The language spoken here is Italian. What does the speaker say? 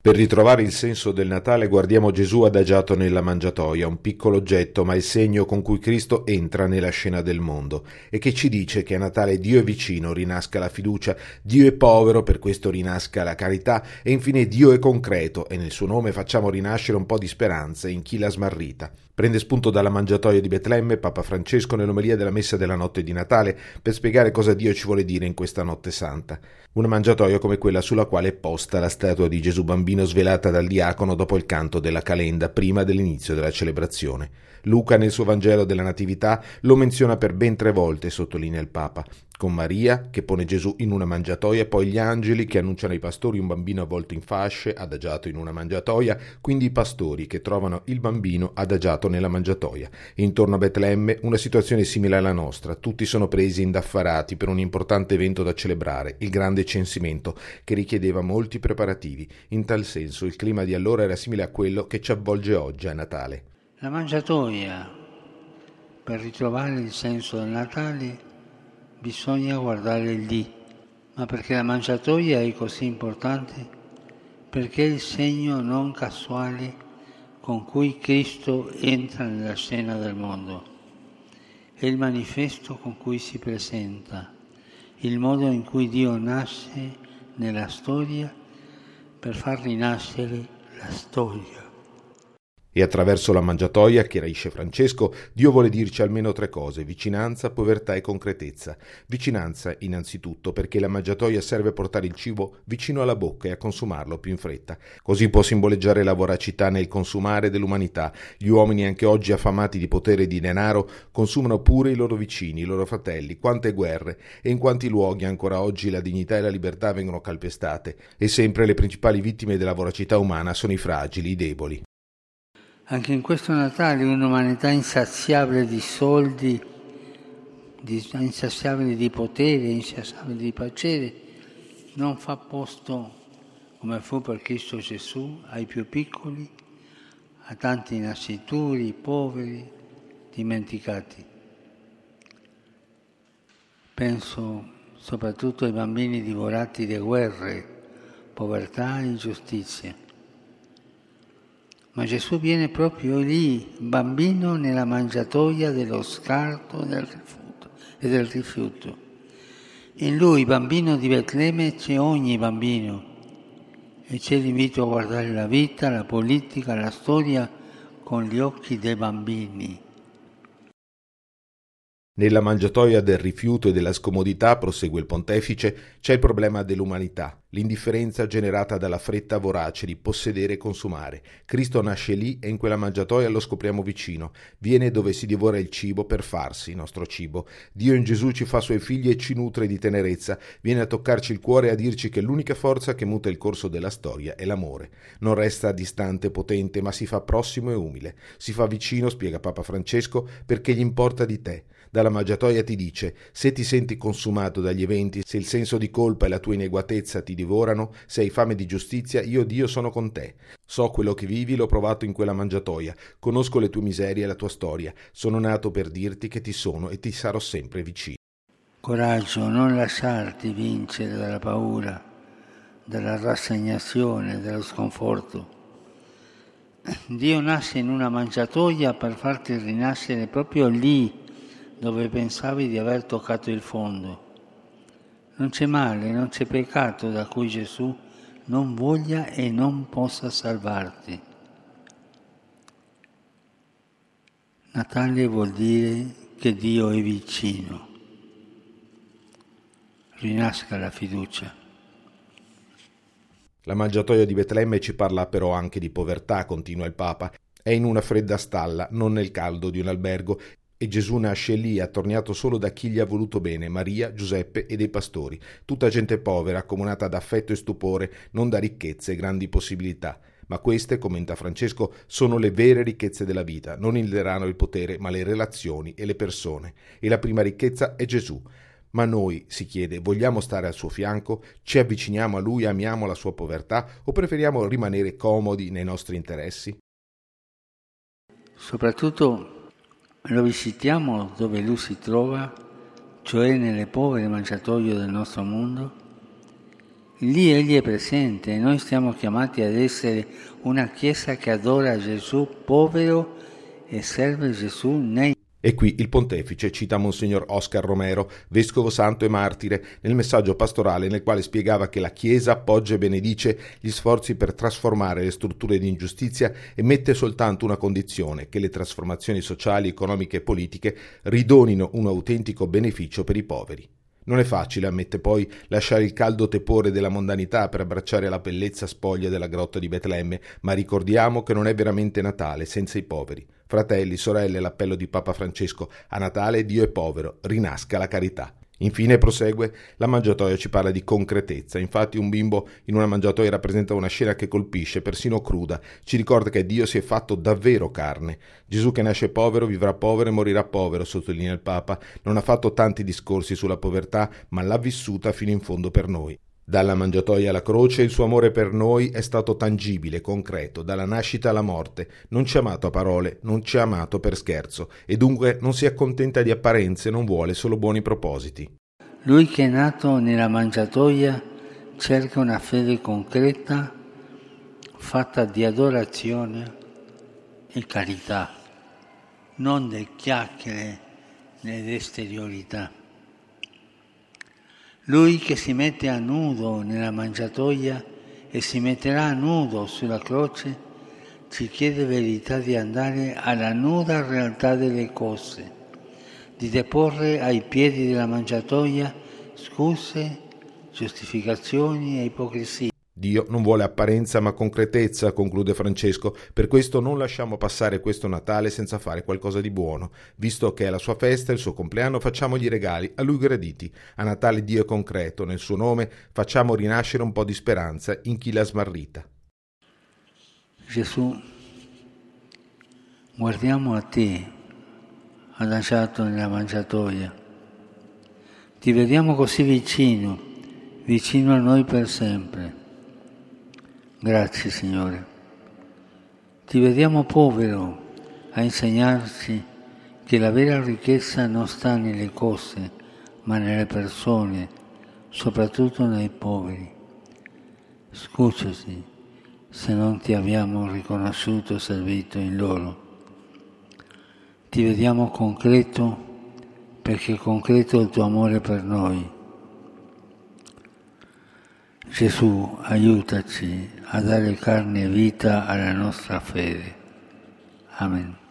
Per ritrovare il senso del Natale guardiamo Gesù adagiato nella mangiatoia, un piccolo oggetto ma il segno con cui Cristo entra nella scena del mondo e che ci dice che a Natale Dio è vicino, rinasca la fiducia, Dio è povero, per questo rinasca la carità e infine Dio è concreto e nel suo nome facciamo rinascere un po' di speranza in chi l'ha smarrita. Prende spunto dalla mangiatoia di Betlemme Papa Francesco nell'omelia della messa della notte di Natale per spiegare cosa Dio ci vuole dire in questa notte santa. Una mangiatoia come quella sulla quale è posta la statua di Gesù bambino svelata dal diacono dopo il canto della calenda, prima dell'inizio della celebrazione. Luca nel suo Vangelo della Natività lo menziona per ben 3 volte, sottolinea il Papa, con Maria che pone Gesù in una mangiatoia, poi gli angeli che annunciano ai pastori un bambino avvolto in fasce, adagiato in una mangiatoia, quindi i pastori che trovano il bambino adagiato nella mangiatoia. Intorno a Betlemme una situazione simile alla nostra, tutti sono presi indaffarati per un importante evento da celebrare, il grande censimento, che richiedeva molti preparativi. In tal senso il clima di allora era simile a quello che ci avvolge oggi a Natale. La mangiatoia, per ritrovare il senso del Natale, bisogna guardare lì. Ma perché la mangiatoia è così importante? Perché è il segno non casuale con cui Cristo entra nella scena del mondo. È il manifesto con cui si presenta, il modo in cui Dio nasce nella storia per far rinascere la storia. E attraverso la mangiatoia, chiarisce Francesco, Dio vuole dirci almeno 3 cose: vicinanza, povertà e concretezza. Vicinanza, innanzitutto, perché la mangiatoia serve a portare il cibo vicino alla bocca e a consumarlo più in fretta. Così può simboleggiare la voracità nel consumare dell'umanità. Gli uomini, anche oggi affamati di potere e di denaro, consumano pure i loro vicini, i loro fratelli. Quante guerre e in quanti luoghi ancora oggi la dignità e la libertà vengono calpestate. E sempre le principali vittime della voracità umana sono i fragili, i deboli. Anche in questo Natale un'umanità insaziabile di soldi, insaziabile di potere, insaziabile di piacere, non fa posto, come fu per Cristo Gesù, ai più piccoli, a tanti nascituri, poveri, dimenticati. Penso soprattutto ai bambini divorati da guerre, povertà e ingiustizie. Ma Gesù viene proprio lì, bambino nella mangiatoia dello scarto e del rifiuto. In lui, bambino di Betlemme, c'è ogni bambino e c'è l'invito a guardare la vita, la politica, la storia con gli occhi dei bambini. Nella mangiatoia del rifiuto e della scomodità, prosegue il pontefice, c'è il problema dell'umanità, l'indifferenza generata dalla fretta vorace di possedere e consumare. Cristo nasce lì e in quella mangiatoia lo scopriamo vicino. Viene dove si divora il cibo per farsi nostro cibo. Dio in Gesù ci fa suoi figli e ci nutre di tenerezza. Viene a toccarci il cuore e a dirci che l'unica forza che muta il corso della storia è l'amore. Non resta distante, potente, ma si fa prossimo e umile. Si fa vicino, spiega Papa Francesco, perché gli importa di te. Dalla mangiatoia ti dice: se ti senti consumato dagli eventi, se il senso di colpa e la tua inadeguatezza ti divorano, se hai fame di giustizia, io Dio sono con te. So quello che vivi, l'ho provato in quella mangiatoia, conosco le tue miserie e la tua storia, sono nato per dirti che ti sono e ti sarò sempre vicino. Coraggio, non lasciarti vincere dalla paura, dalla rassegnazione, dallo sconforto. Dio nasce in una mangiatoia per farti rinascere proprio lì dove pensavi di aver toccato il fondo. Non c'è male, non c'è peccato da cui Gesù non voglia e non possa salvarti. Natale vuol dire che Dio è vicino. Rinasca la fiducia. La mangiatoia di Betlemme ci parla però anche di povertà, continua il Papa. È in una fredda stalla, non nel caldo di un albergo, e Gesù nasce lì, attorniato solo da chi gli ha voluto bene, Maria, Giuseppe e dei pastori, tutta gente povera, accomunata da affetto e stupore, non da ricchezze e grandi possibilità. Ma queste, commenta Francesco, sono le vere ricchezze della vita, non il denaro e il potere, ma le relazioni e le persone. E la prima ricchezza è Gesù. Ma noi, si chiede, vogliamo stare al suo fianco? Ci avviciniamo a lui, amiamo la sua povertà o preferiamo rimanere comodi nei nostri interessi? Soprattutto lo visitiamo dove lui si trova, cioè nelle povere mangiatoie del nostro mondo, Lì Egli è presente e noi siamo chiamati ad essere una Chiesa che adora Gesù povero e serve Gesù nei. E qui il pontefice cita Monsignor Oscar Romero, vescovo santo e martire, nel messaggio pastorale nel quale spiegava che la Chiesa appoggia e benedice gli sforzi per trasformare le strutture di ingiustizia e mette soltanto una condizione, che le trasformazioni sociali, economiche e politiche ridonino un autentico beneficio per i poveri. Non è facile, ammette poi, lasciare il caldo tepore della mondanità per abbracciare la bellezza spoglia della grotta di Betlemme, ma ricordiamo che non è veramente Natale senza i poveri. Fratelli, sorelle, l'appello di Papa Francesco: a Natale Dio è povero, rinasca la carità. Infine prosegue, la mangiatoia ci parla di concretezza, infatti un bimbo in una mangiatoia rappresenta una scena che colpisce, persino cruda, ci ricorda che Dio si è fatto davvero carne. Gesù che nasce povero, vivrà povero e morirà povero, sottolinea il Papa, non ha fatto tanti discorsi sulla povertà, ma l'ha vissuta fino in fondo per noi. Dalla mangiatoia alla croce il suo amore per noi è stato tangibile, concreto, dalla nascita alla morte. Non ci ha amato a parole, non ci ha amato per scherzo e dunque non si accontenta di apparenze, non vuole solo buoni propositi. Lui che è nato nella mangiatoia cerca una fede concreta fatta di adorazione e carità, non di chiacchiere ed esteriorità. Lui che si mette a nudo nella mangiatoia e si metterà a nudo sulla croce, ci chiede verità di andare alla nuda realtà delle cose, di deporre ai piedi della mangiatoia scuse, giustificazioni e ipocrisie. Dio non vuole apparenza ma concretezza, conclude Francesco, per questo non lasciamo passare questo Natale senza fare qualcosa di buono. Visto che è la sua festa, il suo compleanno, facciamogli regali a lui graditi. A Natale Dio è concreto, nel suo nome facciamo rinascere un po' di speranza in chi l'ha smarrita. Gesù, guardiamo a te, adagiato nella mangiatoia. Ti vediamo così vicino, vicino a noi per sempre. Grazie Signore. Ti vediamo povero a insegnarci che la vera ricchezza non sta nelle cose, ma nelle persone, soprattutto nei poveri. Scusaci se non ti abbiamo riconosciuto e servito in loro. Ti vediamo concreto perché concreto è il tuo amore per noi. Gesù, aiutaci a dare carne e vita alla nostra fede. Amen.